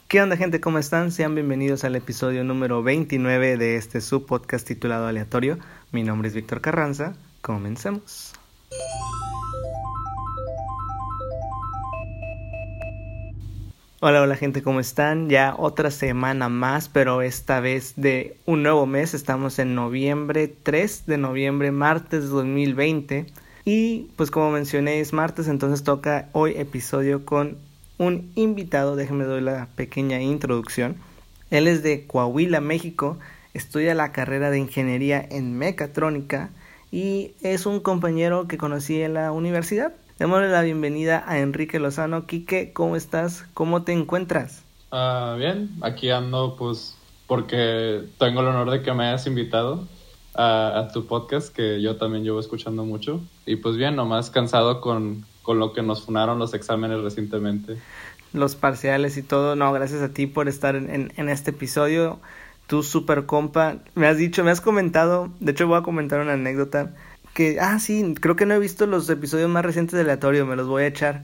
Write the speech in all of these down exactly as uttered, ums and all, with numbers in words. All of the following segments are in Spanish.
¿Qué onda, gente? ¿Cómo están? Sean bienvenidos al episodio número veintinueve de este subpodcast titulado Aleatorio. Mi nombre es Víctor Carranza. Comencemos. Hola, hola, gente, ¿cómo están? Ya otra semana más, pero esta vez de un nuevo mes. Estamos en noviembre, tres de noviembre, martes de dos mil veinte. Y pues como mencioné es martes, entonces toca hoy episodio con un invitado. Déjenme doy la pequeña introducción. Él es de Coahuila, México, estudia la carrera de ingeniería en mecatrónica y es un compañero que conocí en la universidad. Démosle la bienvenida a Enrique Lozano. Quique, ¿cómo estás? ¿Cómo te encuentras? Uh, bien, aquí ando pues porque tengo el honor de que me hayas invitado a, a tu podcast, que yo también llevo escuchando mucho. Y pues bien, nomás cansado con... con lo que nos funaron los exámenes recientemente. Los parciales y todo. No, gracias a ti por estar en, en, en este episodio. Tú super compa, me has dicho, me has comentado, de hecho voy a comentar una anécdota, que, ah sí, creo que no he visto los episodios más recientes de Aleatorio, me los voy a echar.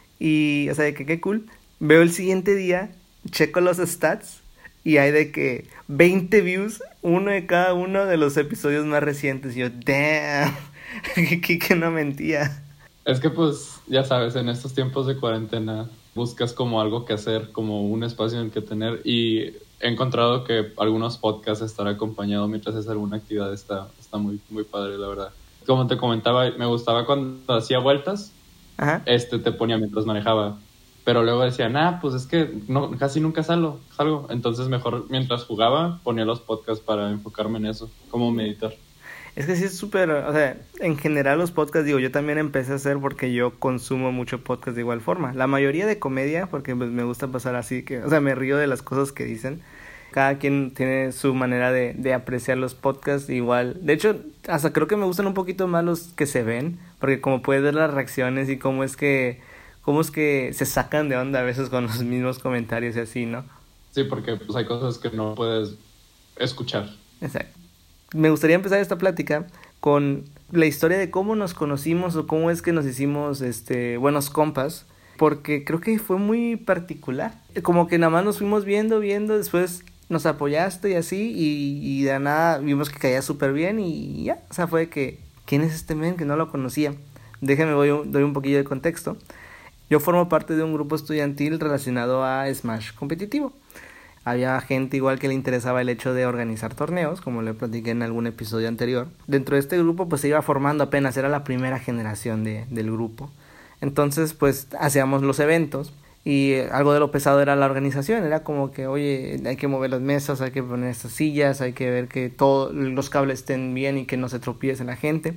Y, o sea, de que qué cool. Veo el siguiente día, checo los stats y hay de que veinte views, uno de cada uno de los episodios más recientes. Y yo, damn, que, que no mentía. Es que pues, ya sabes, en estos tiempos de cuarentena buscas como algo que hacer, como un espacio en el que tener, y he encontrado que algunos podcasts estar acompañado mientras haces alguna actividad está, está muy, muy padre, la verdad. Como te comentaba, me gustaba cuando hacía vueltas. Ajá. Este te ponía mientras manejaba, pero luego decía, nah, pues es que no, casi nunca salgo, salgo, entonces mejor mientras jugaba ponía los podcasts para enfocarme en eso, como meditar. Es que sí es súper, o sea, en general los podcasts, digo, yo también empecé a hacer porque yo consumo mucho podcast de igual forma. La mayoría de comedia, porque pues me gusta pasar así, que, o sea, me río de las cosas que dicen. Cada quien tiene su manera de, de apreciar los podcasts igual. De hecho, hasta creo que me gustan un poquito más los que se ven, porque como puedes ver las reacciones y cómo es que, cómo es que se sacan de onda a veces con los mismos comentarios y así, ¿no? Sí, porque pues hay cosas que no puedes escuchar. Exacto. Me gustaría empezar esta plática con la historia de cómo nos conocimos o cómo es que nos hicimos este buenos compas, porque creo que fue muy particular. Como que nada más nos fuimos viendo, viendo, después nos apoyaste y así, y, y de nada vimos que caía súper bien y ya, o sea, fue que, ¿quién es este men? Que no lo conocía. Déjenme doy un, doy un poquillo de contexto. Yo formo parte de un grupo estudiantil relacionado a Smash competitivo. Había gente igual que le interesaba el hecho de organizar torneos, como le platiqué en algún episodio anterior. Dentro de este grupo pues se iba formando apenas, era la primera generación de, del grupo. Entonces pues hacíamos los eventos y algo de lo pesado era la organización. Era como que, oye, hay que mover las mesas, hay que poner estas sillas, hay que ver que todos los cables estén bien y que no se tropiece la gente.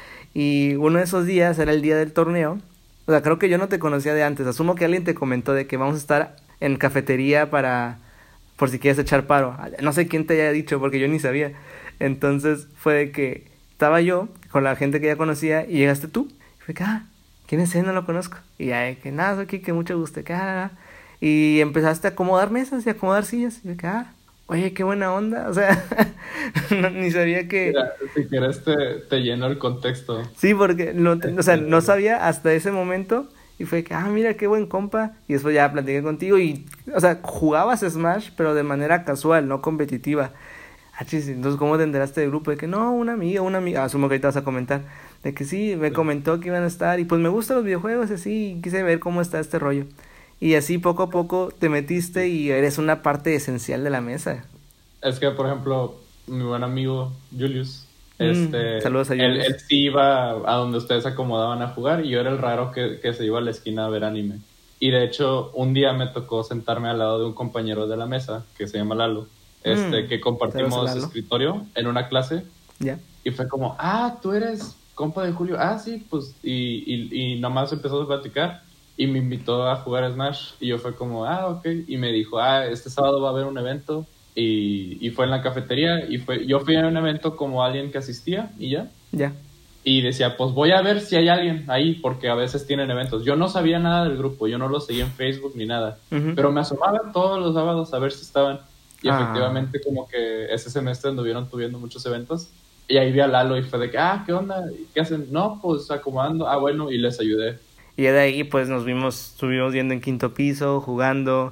Y uno de esos días era el día del torneo. O sea, creo que yo no te conocía de antes. Asumo que alguien te comentó de que vamos a estar en cafetería para... por si quieres echar paro. No sé quién te haya dicho porque yo ni sabía. Entonces fue de que estaba yo con la gente que ya conocía y llegaste tú. Y fue que, ah, ¿quién es él? No lo conozco. Y ya de que nada, soy aquí, que mucho gusto. Que, ah, y empezaste a acomodar mesas y acomodar sillas. Y de que, ah, oye, qué buena onda. O sea, no, ni sabía que... Mira, si quieres te, te lleno el contexto. Sí, porque no, o sea, no sabía hasta ese momento. Y fue que, ah, mira, qué buen compa. Y después ya platiqué contigo y, o sea, jugabas Smash, pero de manera casual, no competitiva. Ah, chis, entonces, ¿cómo te enteraste del grupo? De que, no, una amiga, una amiga, asumo que ahorita vas a comentar. De que sí, me comentó que iban a estar. Y pues me gustan los videojuegos, así, y quise ver cómo está este rollo. Y así, poco a poco, te metiste y eres una parte esencial de la mesa. Es que, por ejemplo, mi buen amigo, Julius... Este, mm, saludos a Julius. Él, él sí iba a donde ustedes se acomodaban a jugar y yo era el raro que, que se iba a la esquina a ver anime. Y de hecho, un día me tocó sentarme al lado de un compañero de la mesa que se llama Lalo, este, mm, que compartimos escritorio en una clase. Yeah. Y fue como, ah, tú eres compa de Julio. Ah, sí, pues. Y, y, y nomás empezó a platicar y me invitó a jugar Smash. Y yo fue como, ah, ok. Y me dijo, ah, este sábado va a haber un evento. Y, y fue en la cafetería y fue yo fui a un evento como alguien que asistía y ya. Ya. Y decía, pues voy a ver si hay alguien ahí, porque a veces tienen eventos. Yo no sabía nada del grupo, yo no lo seguía en Facebook ni nada. Uh-huh. Pero me asomaba todos los sábados a ver si estaban. Y ah. efectivamente como que ese semestre anduvieron tuviendo muchos eventos. Y ahí vi a Lalo y fue de que, ah, ¿qué onda? ¿Qué hacen? No, pues acomodando. Ah, bueno, y les ayudé. Y de ahí pues nos vimos, estuvimos viendo en quinto piso, jugando...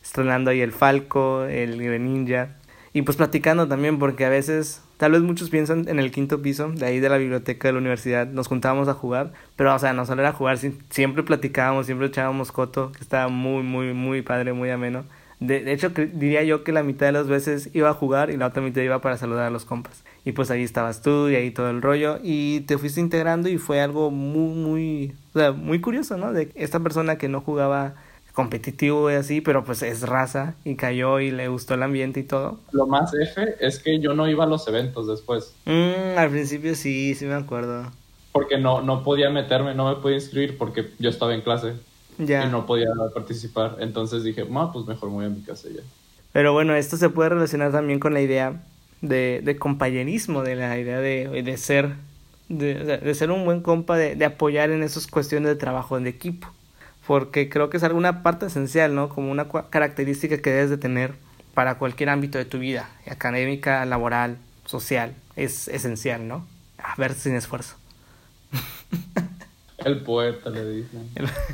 estrenando ahí el Falco, el Greninja, y pues platicando también, porque a veces, tal vez muchos piensan en el quinto piso, de ahí de la biblioteca de la universidad, nos juntábamos a jugar, pero o sea, no solo era jugar, siempre platicábamos, siempre echábamos coto, que estaba muy, muy, muy padre, muy ameno. De, de hecho, diría yo que la mitad de las veces iba a jugar y la otra mitad iba para saludar a los compas. Y pues ahí estabas tú y ahí todo el rollo y te fuiste integrando y fue algo muy, muy, o sea, muy curioso, ¿no? De esta persona que no jugaba competitivo y así, pero pues es raza y cayó y le gustó el ambiente y todo. Lo más F es que yo no iba a los eventos después. Mm, al principio sí, sí me acuerdo. Porque no, no podía meterme, no me podía inscribir porque yo estaba en clase. Ya. Y no podía participar. Entonces dije, ma, pues mejor me voy a mi casa ya. Pero bueno, esto se puede relacionar también con la idea de, de compañerismo, de la idea de, de ser de, de ser un buen compa, de, de apoyar en esas cuestiones de trabajo en equipo. Porque creo que es alguna parte esencial, ¿no? Como una característica que debes de tener para cualquier ámbito de tu vida, académica, laboral, social. Es esencial, ¿no? A ver, sin esfuerzo. El poeta le dicen.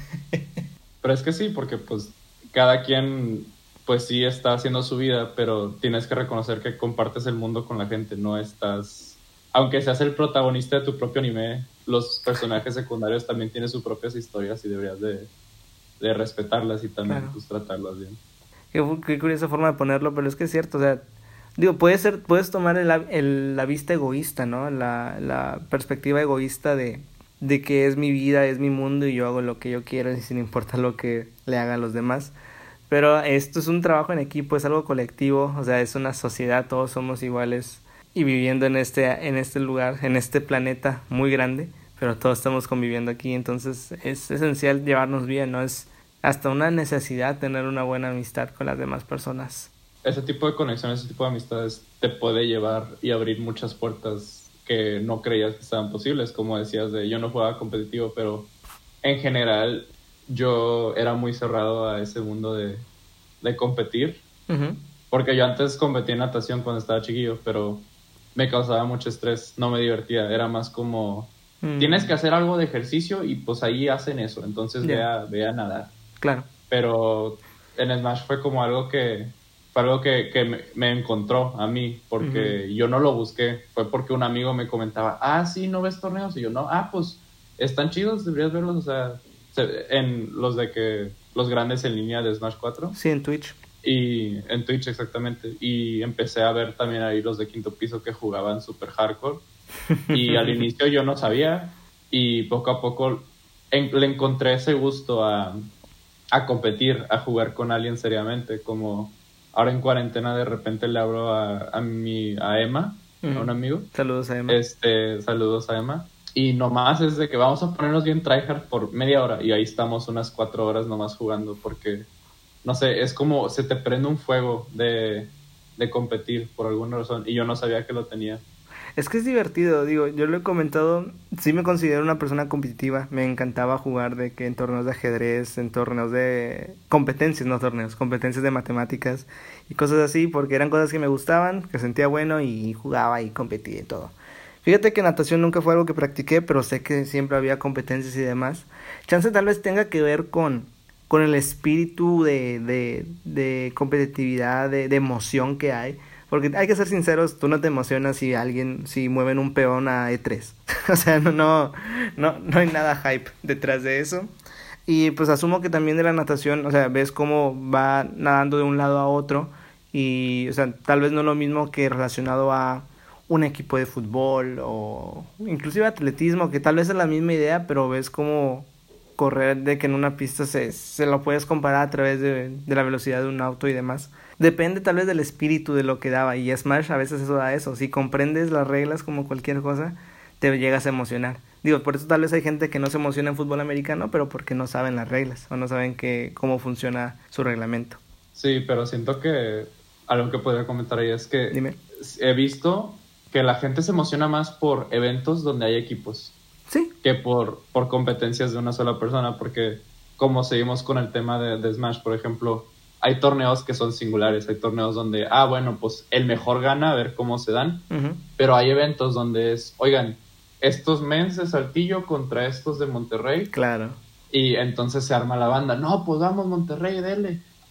Pero es que sí, porque pues cada quien pues sí está haciendo su vida, pero tienes que reconocer que compartes el mundo con la gente, no estás... Aunque seas el protagonista de tu propio anime, los personajes secundarios también tienen sus propias historias y deberías de, de respetarlas y también claro. pues, tratarlas bien. Qué, qué curiosa forma de ponerlo, pero es que es cierto, o sea, digo, puedes ser, puedes tomar el, el, la vista egoísta, ¿no? La, la perspectiva egoísta de, de que es mi vida, es mi mundo y yo hago lo que yo quiero y sin importar lo que le hagan a los demás. Pero esto es un trabajo en equipo, es algo colectivo, o sea, es una sociedad, todos somos iguales y viviendo en este, en este lugar, en este planeta muy grande, pero todos estamos conviviendo aquí, entonces es esencial llevarnos bien, ¿no? Es hasta una necesidad tener una buena amistad con las demás personas. Ese tipo de conexiones, ese tipo de amistades te puede llevar y abrir muchas puertas que no creías que estaban posibles, como decías, de yo no jugaba competitivo, pero en general yo era muy cerrado a ese mundo de, de competir, uh-huh. porque yo antes competí en natación cuando estaba chiquillo, pero me causaba mucho estrés, no me divertía, era más como, mm. tienes que hacer algo de ejercicio y pues ahí hacen eso, entonces yeah. ve, a, ve a nadar. Claro. Pero en Smash fue como algo que, fue algo que, que me, me encontró a mí, porque uh-huh. yo no lo busqué, fue porque un amigo me comentaba, ah, sí, ¿no ves torneos? Y yo, no, ah, pues, están chidos, deberías verlos, o sea, en los de que, los grandes en línea de Smash cuatro. Sí, en Twitch. Y en Twitch, exactamente. Y empecé a ver también ahí los de quinto piso que jugaban super hardcore. Y al inicio yo no sabía. Y poco a poco en, le encontré ese gusto a, a competir, a jugar con alguien seriamente. Como ahora en cuarentena de repente le abro a, a, mi, a Emma, uh-huh. a un amigo. Saludos a Emma. Este, saludos a Emma. Y nomás es de que vamos a ponernos bien tryhard por media hora. Y ahí estamos unas cuatro horas nomás jugando porque... No sé, es como se te prende un fuego de, de competir por alguna razón y yo no sabía que lo tenía. Es que es divertido, digo, yo lo he comentado, sí me considero una persona competitiva, me encantaba jugar de que en torneos de ajedrez, en torneos de competencias, no torneos, competencias de matemáticas y cosas así, porque eran cosas que me gustaban, que sentía bueno y jugaba y competía y todo. Fíjate que natación nunca fue algo que practiqué, pero sé que siempre había competencias y demás. Chance tal vez tenga que ver con... con el espíritu de, de, de competitividad, de, de emoción que hay. Porque hay que ser sinceros, tú no te emocionas si alguien, si mueven un peón a E tres. O sea, no, no, no, no hay nada hype detrás de eso. Y pues asumo que también de la natación, o sea, ves cómo va nadando de un lado a otro. Y, o sea, tal vez no es lo mismo que relacionado a un equipo de fútbol o inclusive atletismo, que tal vez es la misma idea, pero ves cómo... correr de que en una pista se, se lo puedes comparar a través de, de la velocidad de un auto y demás. Depende tal vez del espíritu de lo que daba, y Smash a veces eso da eso. Si comprendes las reglas como cualquier cosa, te llegas a emocionar. Digo, por eso tal vez hay gente que no se emociona en fútbol americano, pero porque no saben las reglas o no saben que, cómo funciona su reglamento. Sí, pero siento que algo que podría comentar ahí es que Dime. He visto que la gente se emociona más por eventos donde hay equipos. Sí. Que por, por competencias de una sola persona, porque como seguimos con el tema de, de Smash, por ejemplo, hay torneos que son singulares, hay torneos donde, ah, bueno, pues el mejor gana, a ver cómo se dan, uh-huh. pero hay eventos donde es, oigan, estos mens de Saltillo contra estos de Monterrey, claro, y entonces se arma la banda, no, pues vamos Monterrey, dele,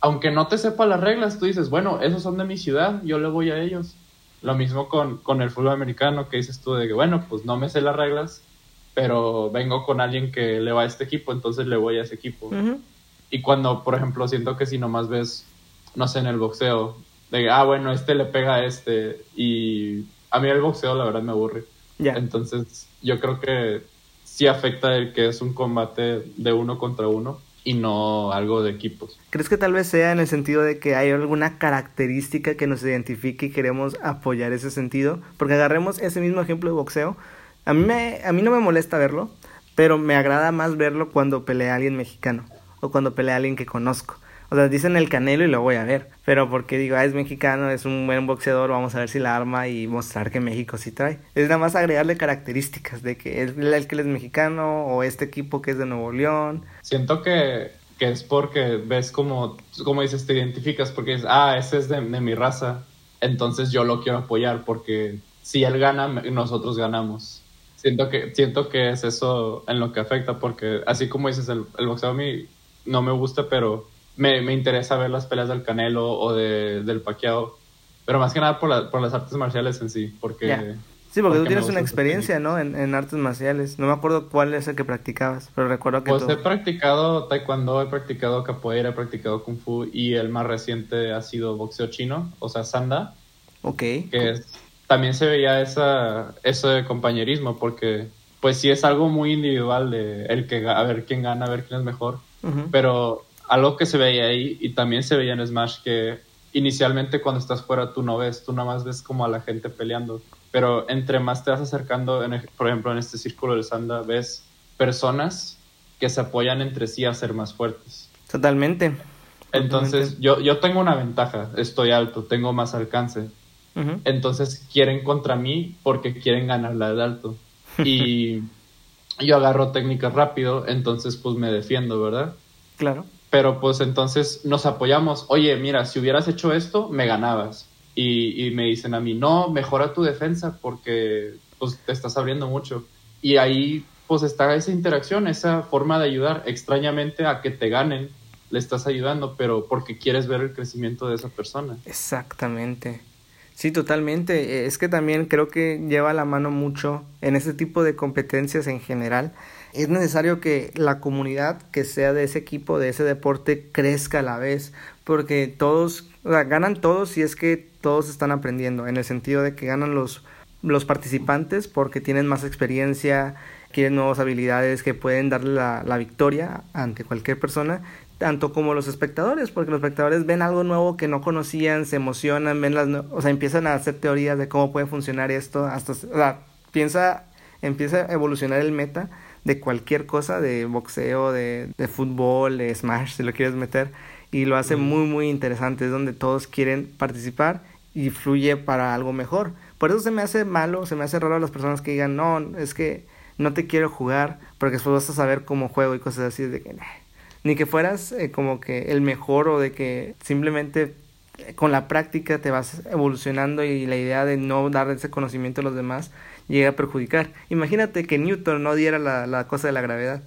aunque no te sepa las reglas, tú dices, bueno, esos son de mi ciudad, yo le voy a ellos. Lo mismo con, con el fútbol americano, que dices tú de que, bueno, pues no me sé las reglas, pero vengo con alguien que le va a este equipo, entonces le voy a ese equipo. Uh-huh. Y cuando, por ejemplo, siento que si nomás ves, no sé, en el boxeo, de, ah, bueno, este le pega a este, y a mí el boxeo la verdad me aburre. Yeah. Entonces yo creo que sí afecta el que es un combate de uno contra uno y no algo de equipos. ¿Crees que tal vez sea en el sentido de que hay alguna característica que nos identifique y queremos apoyar ese sentido? Porque agarremos ese mismo ejemplo de boxeo. A mí, me, a mí no me molesta verlo, pero me agrada más verlo cuando pelea a alguien mexicano o cuando pelea a alguien que conozco. O sea, dicen el Canelo y lo voy a ver, pero porque digo, ah, es mexicano, es un buen boxeador, vamos a ver si la arma y mostrar que México sí trae. Es nada más agregarle características de que es el que él es mexicano o este equipo que es de Nuevo León. Siento que, que es porque ves como, como dices, te identificas porque dices, ah, ese es de, de mi raza, entonces yo lo quiero apoyar porque si él gana, nosotros ganamos. Siento que, siento que es eso en lo que afecta, porque así como dices, el, el boxeo a mí no me gusta, pero me, me interesa ver las peleas del Canelo o de, del Pacquiao, pero más que nada por, la, por las artes marciales en sí, porque... Yeah. Sí, porque, porque tú tienes una experiencia, ¿no? En, en artes marciales. No me acuerdo cuál es el que practicabas, pero recuerdo que Pues tú... he practicado taekwondo, he practicado capoeira, he practicado kung fu, y el más reciente ha sido boxeo chino, o sea, sanda. Ok. Que es... También se veía esa, ese compañerismo, porque pues sí es algo muy individual de el que a ver quién gana, a ver quién es mejor. Uh-huh. Pero algo que se veía ahí, y también se veía en Smash, que inicialmente cuando estás fuera tú no ves, tú nada más ves como a la gente peleando. Pero entre más te vas acercando, en, por ejemplo en este círculo del Sanda, ves personas que se apoyan entre sí a ser más fuertes. Totalmente. Entonces Totalmente. Yo, yo tengo una ventaja, estoy alto, tengo más alcance. Uh-huh. Entonces quieren contra mí porque quieren ganar la de alto. Y yo agarro técnicas rápido, entonces pues me defiendo, ¿verdad? Claro. Pero pues entonces nos apoyamos. Oye, mira, si hubieras hecho esto, me ganabas. Y, y me dicen a mí, no, mejora tu defensa porque pues te estás abriendo mucho. Y ahí pues está esa interacción, esa forma de ayudar. Extrañamente a que te ganen, le estás ayudando, pero porque quieres ver el crecimiento de esa persona. Exactamente. Sí, totalmente. Es que también creo que lleva la mano mucho en este tipo de competencias en general. Es necesario que la comunidad que sea de ese equipo, de ese deporte, crezca a la vez, porque todos, o sea, ganan todos si es que todos están aprendiendo, en el sentido de que ganan los, los participantes porque tienen más experiencia, quieren nuevas habilidades que pueden darle la, la victoria ante cualquier persona, tanto como los espectadores, porque los espectadores ven algo nuevo que no conocían, se emocionan, ven las, o sea, empiezan a hacer teorías de cómo puede funcionar esto, hasta, o sea, piensa, empieza a evolucionar el meta de cualquier cosa, de boxeo, de, de fútbol, de Smash, si lo quieres meter, y lo hace muy, muy interesante, es donde todos quieren participar y fluye para algo mejor. Por eso se me hace malo, se me hace raro a las personas que digan, no, es que no te quiero jugar, porque después vas a saber cómo juego y cosas así, de que nah. Ni que fueras eh, como que el mejor o de que simplemente eh, con la práctica te vas evolucionando y la idea de no dar ese conocimiento a los demás llega a perjudicar. Imagínate que Newton no diera la, la cosa de la gravedad.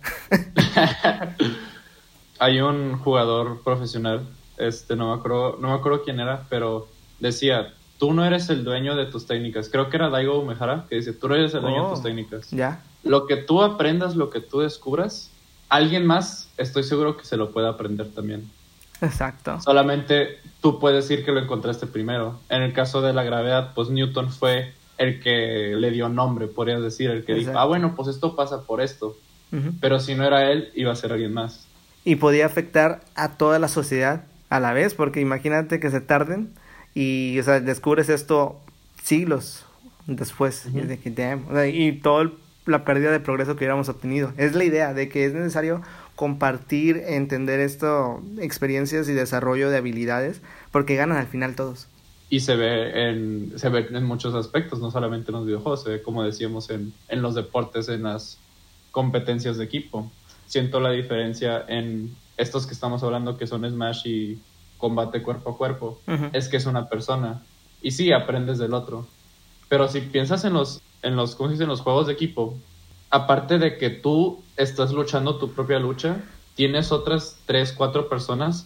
Hay un jugador profesional, este no me acuerdo, no me acuerdo quién era, pero decía, tú no eres el dueño de tus técnicas. Creo que era Daigo Umehara, que dice, tú no eres el dueño oh, de tus técnicas. Ya. Lo que tú aprendas, lo que tú descubras, alguien más, estoy seguro que se lo puede aprender también. Exacto. Solamente tú puedes decir que lo encontraste primero. En el caso de la gravedad, pues Newton fue el que le dio nombre, podrías decir, el que Exacto. dijo, ah, bueno, pues esto pasa por esto. Uh-huh. Pero si no era él, iba a ser alguien más. Y podía afectar a toda la sociedad a la vez, porque imagínate que se tarden y, o sea, descubres esto siglos después. Uh-huh. Y, de que, damn, o sea, y todo el la pérdida de progreso que hubiéramos obtenido. Es la idea de que es necesario compartir, entender esto, experiencias y desarrollo de habilidades, porque ganan al final todos. Y se ve en, se ve en muchos aspectos, no solamente en los videojuegos, se ve, como decíamos, en, en los deportes, en las competencias de equipo. Siento la diferencia en estos que estamos hablando, que son Smash y combate cuerpo a cuerpo. Uh-huh. Es que es una persona. Y sí, aprendes del otro. Pero si piensas en los en los, ¿cómo se dice? En los juegos de equipo, aparte de que tú estás luchando tu propia lucha, tienes otras tres, cuatro personas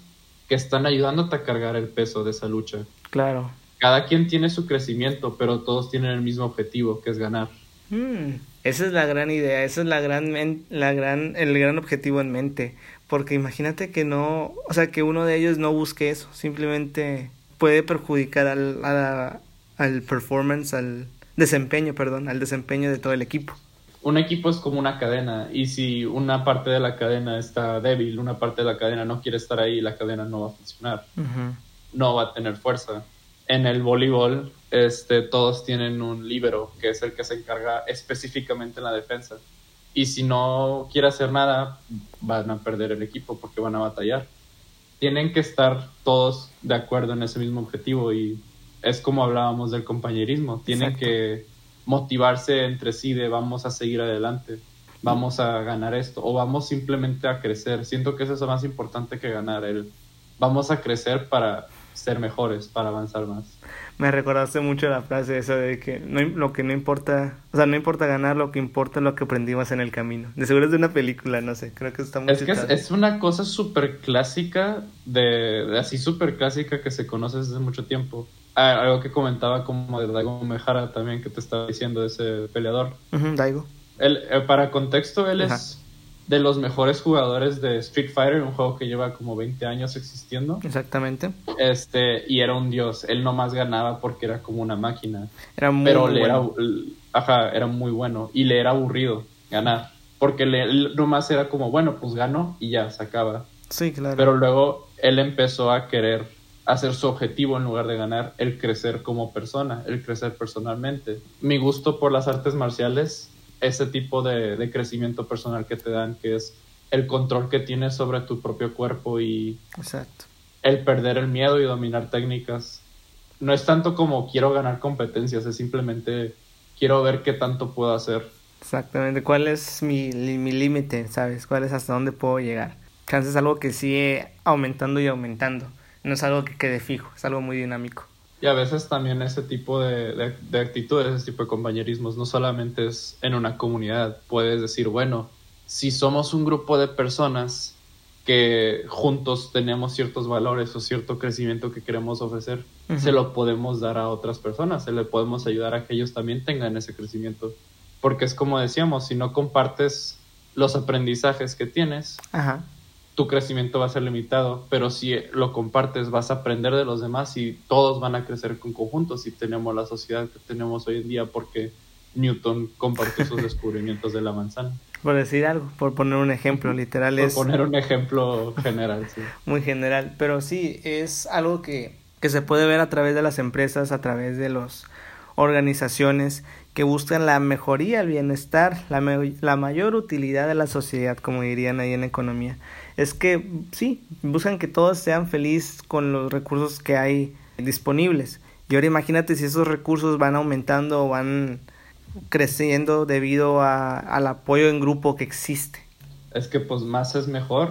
que están ayudándote a cargar el peso de esa lucha. Claro. Cada quien tiene su crecimiento, pero todos tienen el mismo objetivo, que es ganar. Mm, esa es la gran idea, esa es la gran, men- la gran, el gran objetivo en mente. Porque imagínate que no, o sea, que uno de ellos no busque eso, simplemente puede perjudicar al, a la- al performance, al desempeño, perdón, al desempeño de todo el equipo. Un equipo es como una cadena, y si una parte de la cadena está débil, una parte de la cadena no quiere estar ahí, la cadena no va a funcionar, Ujú. no va a tener fuerza. En el voleibol, este, todos tienen un líbero, que es el que se encarga específicamente en la defensa. Y si no quiere hacer nada, van a perder el equipo porque van a batallar. Tienen que estar todos de acuerdo en ese mismo objetivo, y es como hablábamos del compañerismo. Tienen Exacto. que motivarse entre sí de vamos a seguir adelante, vamos a ganar esto, o vamos simplemente a crecer. Siento que eso es lo más importante que ganar, el vamos a crecer para ser mejores, para avanzar más. Me recordaste mucho la frase esa de que no, im- lo que no importa, o sea, no importa ganar, lo que importa es lo que aprendimos en el camino. De seguro es de una película, no sé, creo que está muy Es que es, citada. es una cosa súper clásica, de, de así súper clásica que se conoce desde mucho tiempo. Ah, algo que comentaba como de Daigo Umehara también, que te estaba diciendo de ese peleador. Ujú, Daigo. Él, eh, para contexto, él Ajá. es de los mejores jugadores de Street Fighter, un juego que lleva como veinte años existiendo. Exactamente. Este, y era un dios. Él nomás ganaba porque era como una máquina. Era muy Pero le era, bueno. ajá, era muy bueno. Y le era aburrido ganar. Porque le, él nomás era como, bueno, pues ganó y ya, se acaba. Sí, claro. Pero luego él empezó a querer hacer su objetivo en lugar de ganar, el crecer como persona, el crecer personalmente. Mi gusto por las artes marciales, ese tipo de, de crecimiento personal que te dan, que es el control que tienes sobre tu propio cuerpo y Exacto. el perder el miedo y dominar técnicas. No es tanto como quiero ganar competencias, es simplemente quiero ver qué tanto puedo hacer. Exactamente. ¿Cuál es mi, li- mi límite, sabes? ¿Cuál es hasta dónde puedo llegar? Chance es algo que sigue aumentando y aumentando. No es algo que quede fijo, es algo muy dinámico. Y a veces también ese tipo de, de, de actitudes, ese tipo de compañerismos, no solamente es en una comunidad. Puedes decir, bueno, si somos un grupo de personas que juntos tenemos ciertos valores o cierto crecimiento que queremos ofrecer, Ujú. se lo podemos dar a otras personas, se le podemos ayudar a que ellos también tengan ese crecimiento. Porque es como decíamos, si no compartes los aprendizajes que tienes, Ajá. tu crecimiento va a ser limitado, pero si lo compartes vas a aprender de los demás y todos van a crecer con conjunto si tenemos la sociedad que tenemos hoy en día porque Newton compartió sus descubrimientos de la manzana. Por decir algo, por poner un ejemplo, literal Por es poner un ejemplo general, sí. muy general, pero sí, es algo que, que se puede ver a través de las empresas, a través de las organizaciones que buscan la mejoría, el bienestar, la, me- la mayor utilidad de la sociedad, como dirían ahí en economía. Es que sí, buscan que todos sean felices con los recursos que hay disponibles. Y ahora imagínate si esos recursos van aumentando o van creciendo debido a, al apoyo en grupo que existe. Es que pues más es mejor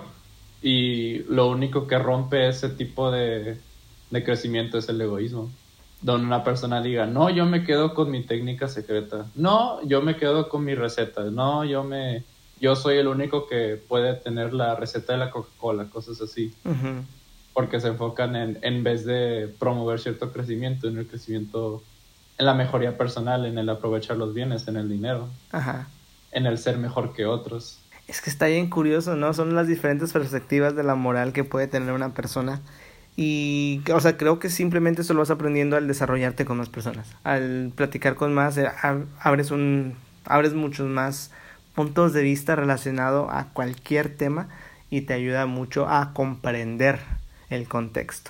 y lo único que rompe ese tipo de, de crecimiento es el egoísmo. Donde una persona diga, no, yo me quedo con mi técnica secreta, no, yo me quedo con mi receta, no, yo me yo soy el único que puede tener la receta de la Coca-Cola, cosas así. Uh-huh. Porque se enfocan en, en vez de promover cierto crecimiento, en el crecimiento, en la mejoría personal, en el aprovechar los bienes, en el dinero, Ajá. en el ser mejor que otros. Es que está bien curioso, ¿no? Son las diferentes perspectivas de la moral que puede tener una persona. Y, o sea, creo que simplemente eso lo vas aprendiendo al desarrollarte con más personas. Al platicar con más, eh, ab- abres un, abres muchos más puntos de vista relacionados a cualquier tema y te ayuda mucho a comprender el contexto.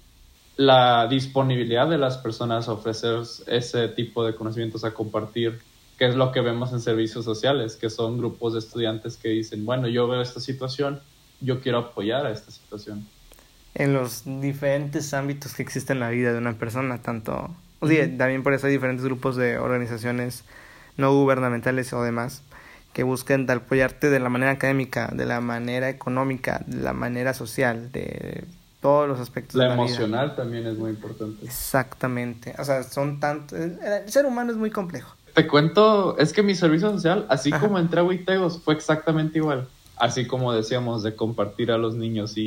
La disponibilidad de las personas a ofrecer ese tipo de conocimientos, a compartir, que es lo que vemos en servicios sociales, que son grupos de estudiantes que dicen, bueno, yo veo esta situación, yo quiero apoyar a esta situación. En los diferentes ámbitos que existen en la vida de una persona, tanto, o sea, uh-huh. También por eso hay diferentes grupos de organizaciones no gubernamentales o demás que buscan apoyarte de la manera académica, de la manera económica, de la manera social, de todos los aspectos la de la emocional vida. También es muy importante. Exactamente, o sea, son tantos, el ser humano es muy complejo. Te cuento, es que mi servicio social, así Ajá. como entré a Huitegos, fue exactamente igual. Así como decíamos de compartir a los niños y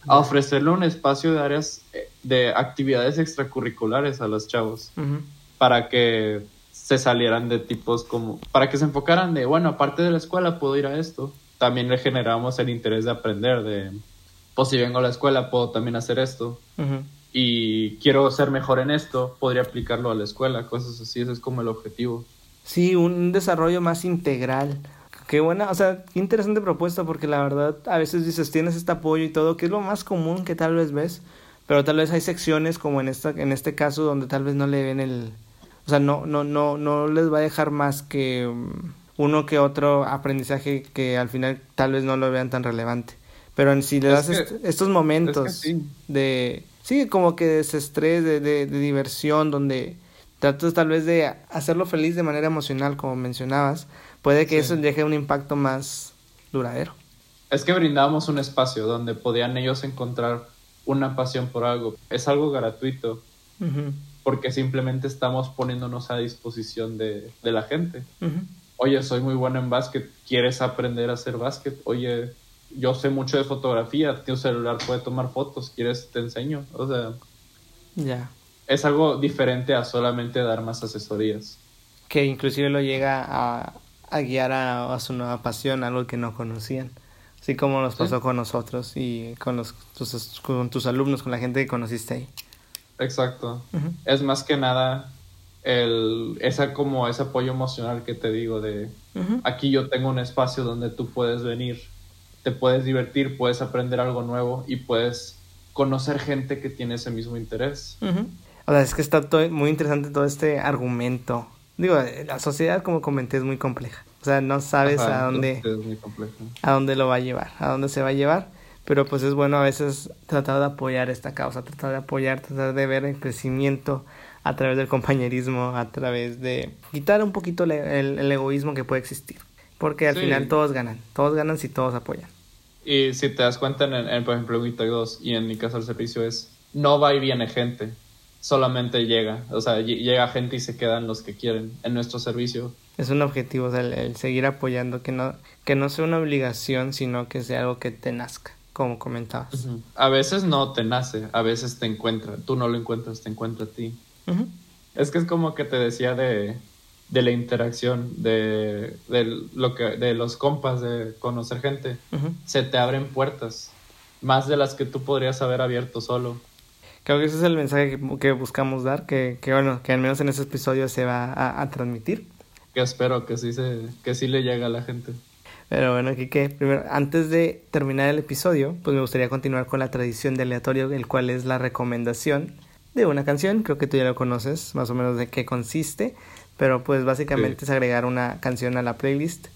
a ofrecerle un espacio de áreas de actividades extracurriculares a los chavos, uh-huh. para que se salieran de tipos como, para que se enfocaran de, bueno, aparte de la escuela puedo ir a esto. También le generamos el interés de aprender, de, pues si vengo a la escuela puedo también hacer esto, uh-huh. y quiero ser mejor en esto, podría aplicarlo a la escuela, cosas así. Ese es como el objetivo. Sí, un desarrollo más integral. Qué buena, o sea, qué interesante propuesta, porque la verdad a veces dices, tienes este apoyo y todo, que es lo más común que tal vez ves, pero tal vez hay secciones como en esta, en este caso donde tal vez no le ven el, o sea, no, no, no, no les va a dejar más que um, uno que otro aprendizaje que al final tal vez no lo vean tan relevante. Pero en si le das es que, est- estos momentos es que sí. de, sí, como que de desestrés, de, de, de diversión, donde tratas tal vez de hacerlo feliz de manera emocional, como mencionabas, puede que sí. eso deje un impacto más duradero. Es que brindábamos un espacio donde podían ellos encontrar una pasión por algo. Es algo gratuito, uh-huh. porque simplemente estamos poniéndonos a disposición de, de la gente. Uh-huh. Oye, soy muy bueno en básquet, ¿quieres aprender a hacer básquet? Oye, yo sé mucho de fotografía, tu celular puede tomar fotos, ¿quieres? Te enseño. O sea, ya. Yeah. Es algo diferente a solamente dar más asesorías. Que inclusive lo llega a, a guiar a, a su nueva pasión, algo que no conocían. Así como nos pasó sí. con nosotros y con, los, tus, con tus alumnos, con la gente que conociste ahí. Exacto. Uh-huh. Es más que nada el, esa, como ese apoyo emocional que te digo de uh-huh. aquí yo tengo un espacio donde tú puedes venir, te puedes divertir, puedes aprender algo nuevo y puedes conocer gente que tiene ese mismo interés. Uh-huh. O sea, es que está todo, muy interesante todo este argumento. Digo, la sociedad, como comenté, es muy compleja. O sea, no sabes Ajá, a dónde es muy complejo. a dónde lo va a llevar, a dónde se va a llevar. Pero pues es bueno a veces tratar de apoyar esta causa, tratar de apoyar, tratar de ver el crecimiento a través del compañerismo, a través de quitar un poquito el, el, el egoísmo que puede existir. Porque al sí. final todos ganan, todos ganan si todos apoyan. Y si te das cuenta, en, en por ejemplo, Witag dos y en mi caso el servicio es, no va y viene gente. Solamente llega, o sea, llega gente y se quedan los que quieren en nuestro servicio. Es un objetivo, o sea, el, el seguir apoyando, que no que no sea una obligación, sino que sea algo que te nazca, como comentabas. Uh-huh. A veces no te nace, a veces te encuentra, tú no lo encuentras, te encuentra a ti. Uh-huh. Es que es como que te decía de, de la interacción, de, de, lo que, de los compas, de conocer gente. Uh-huh. Se te abren puertas, más de las que tú podrías haber abierto solo. Creo que ese es el mensaje que, que buscamos dar, que, que bueno, que al menos en ese episodio se va a, a transmitir. Que espero que sí, se, que sí le llegue a la gente. Pero bueno, Kike, primero, antes de terminar el episodio, pues me gustaría continuar con la tradición de aleatorio, el cual es la recomendación de una canción. Creo que tú ya lo conoces, más o menos de qué consiste, pero pues básicamente sí. es agregar una canción a la playlist.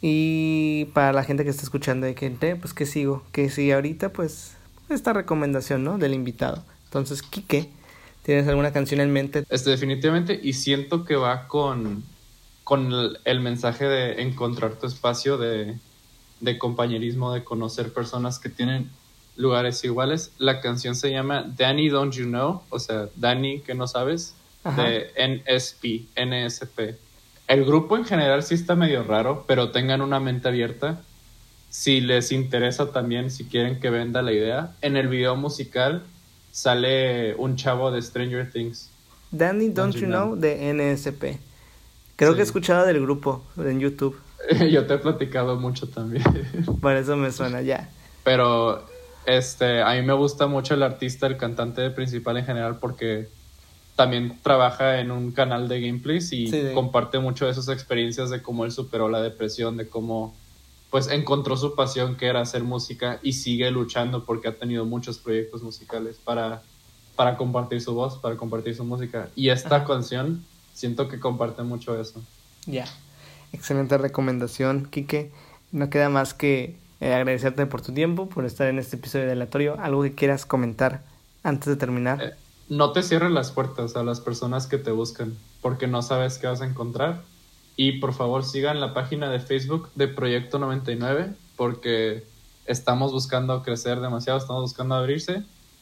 Y para la gente que está escuchando de que, pues ¿qué sigo? ¿Qué sigue ahorita? Pues esta recomendación, ¿no? Del invitado. Entonces, Kike, ¿tienes alguna canción en mente? Este, definitivamente, y siento que va con, con el, el mensaje de encontrar tu espacio de, de compañerismo, de conocer personas que tienen lugares iguales. La canción se llama Danny Don't You Know, o sea, Danny que no sabes, Ajá. de N S P, N S P. El grupo en general sí está medio raro, pero tengan una mente abierta. Si les interesa también, si quieren que venda la idea, en el video musical sale un chavo de Stranger Things. Danny Don't, Don't You Know, know de N S P. Creo sí. que he escuchado del grupo en YouTube. Yo te he platicado mucho también. Por eso me suena, ya. Pero este, a mí me gusta mucho el artista, el cantante principal en general, porque también trabaja en un canal de gameplays y sí, de... comparte mucho de sus experiencias de cómo él superó la depresión, de cómo pues encontró su pasión, que era hacer música, y sigue luchando porque ha tenido muchos proyectos musicales para, para compartir su voz, para compartir su música. Y esta Ajá. canción siento que comparte mucho eso. Ya, yeah. Excelente recomendación, Kike. No queda más que eh, agradecerte por tu tiempo, por estar en este episodio de Aleatorio. ¿Algo que quieras comentar antes de terminar? Eh, no te cierres las puertas a las personas que te buscan, porque no sabes qué vas a encontrar. Y por favor sigan la página de Facebook de Proyecto noventa y nueve, porque estamos buscando crecer demasiado, estamos buscando abrirse.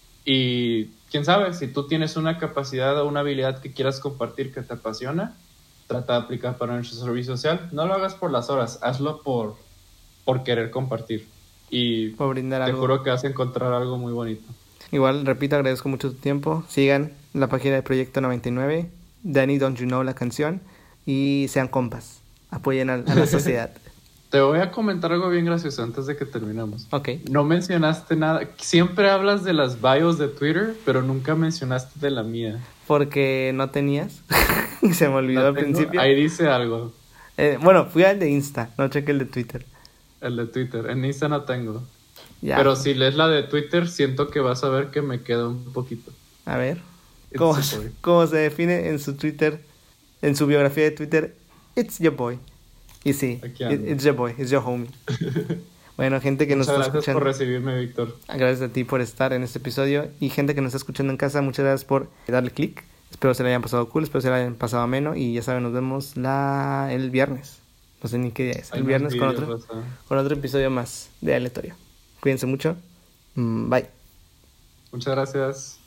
Y quién sabe, si tú tienes una capacidad o una habilidad que quieras compartir que te apasiona, trata de aplicar para nuestro servicio social. No lo hagas por las horas, hazlo por, por querer compartir. y por brindar te algo. juro que vas a encontrar algo muy bonito. Igual, repito, agradezco mucho tu tiempo. Sigan la página de Proyecto noventa y nueve, Danny Don't You Know la canción, y sean compas. Apoyen a, a la sociedad. Te voy a comentar algo bien gracioso antes de que terminemos. Ok. No mencionaste nada. Siempre hablas de las bios de Twitter, pero nunca mencionaste de la mía. Porque no tenías. Y se me olvidó ¿La al tengo? principio. Ahí dice algo. Eh, bueno, fui al de Insta, no chequé el de Twitter. El de Twitter. En Insta no tengo. Ya. Pero si lees la de Twitter, siento que vas a ver que me queda un poquito. A ver. It's ¿Cómo, a se- boy. cómo se define en su Twitter, en su biografía de Twitter? It's your boy. Y sí, Aquí it- ando. it's your boy, it's your homie. Bueno, gente que nos Muchas está gracias escuchando. por recibirme, Víctor. Gracias a ti por estar en este episodio. Y gente que nos está escuchando en casa, muchas gracias por darle click. Espero se le hayan pasado cool, espero se le hayan pasado ameno. Y ya saben, nos vemos la... el viernes. No sé ni qué día es. Hay El más viernes con videos, otro, raza. con otro episodio más de Aleatorio. Cuídense mucho. Mm, Bye. Muchas gracias.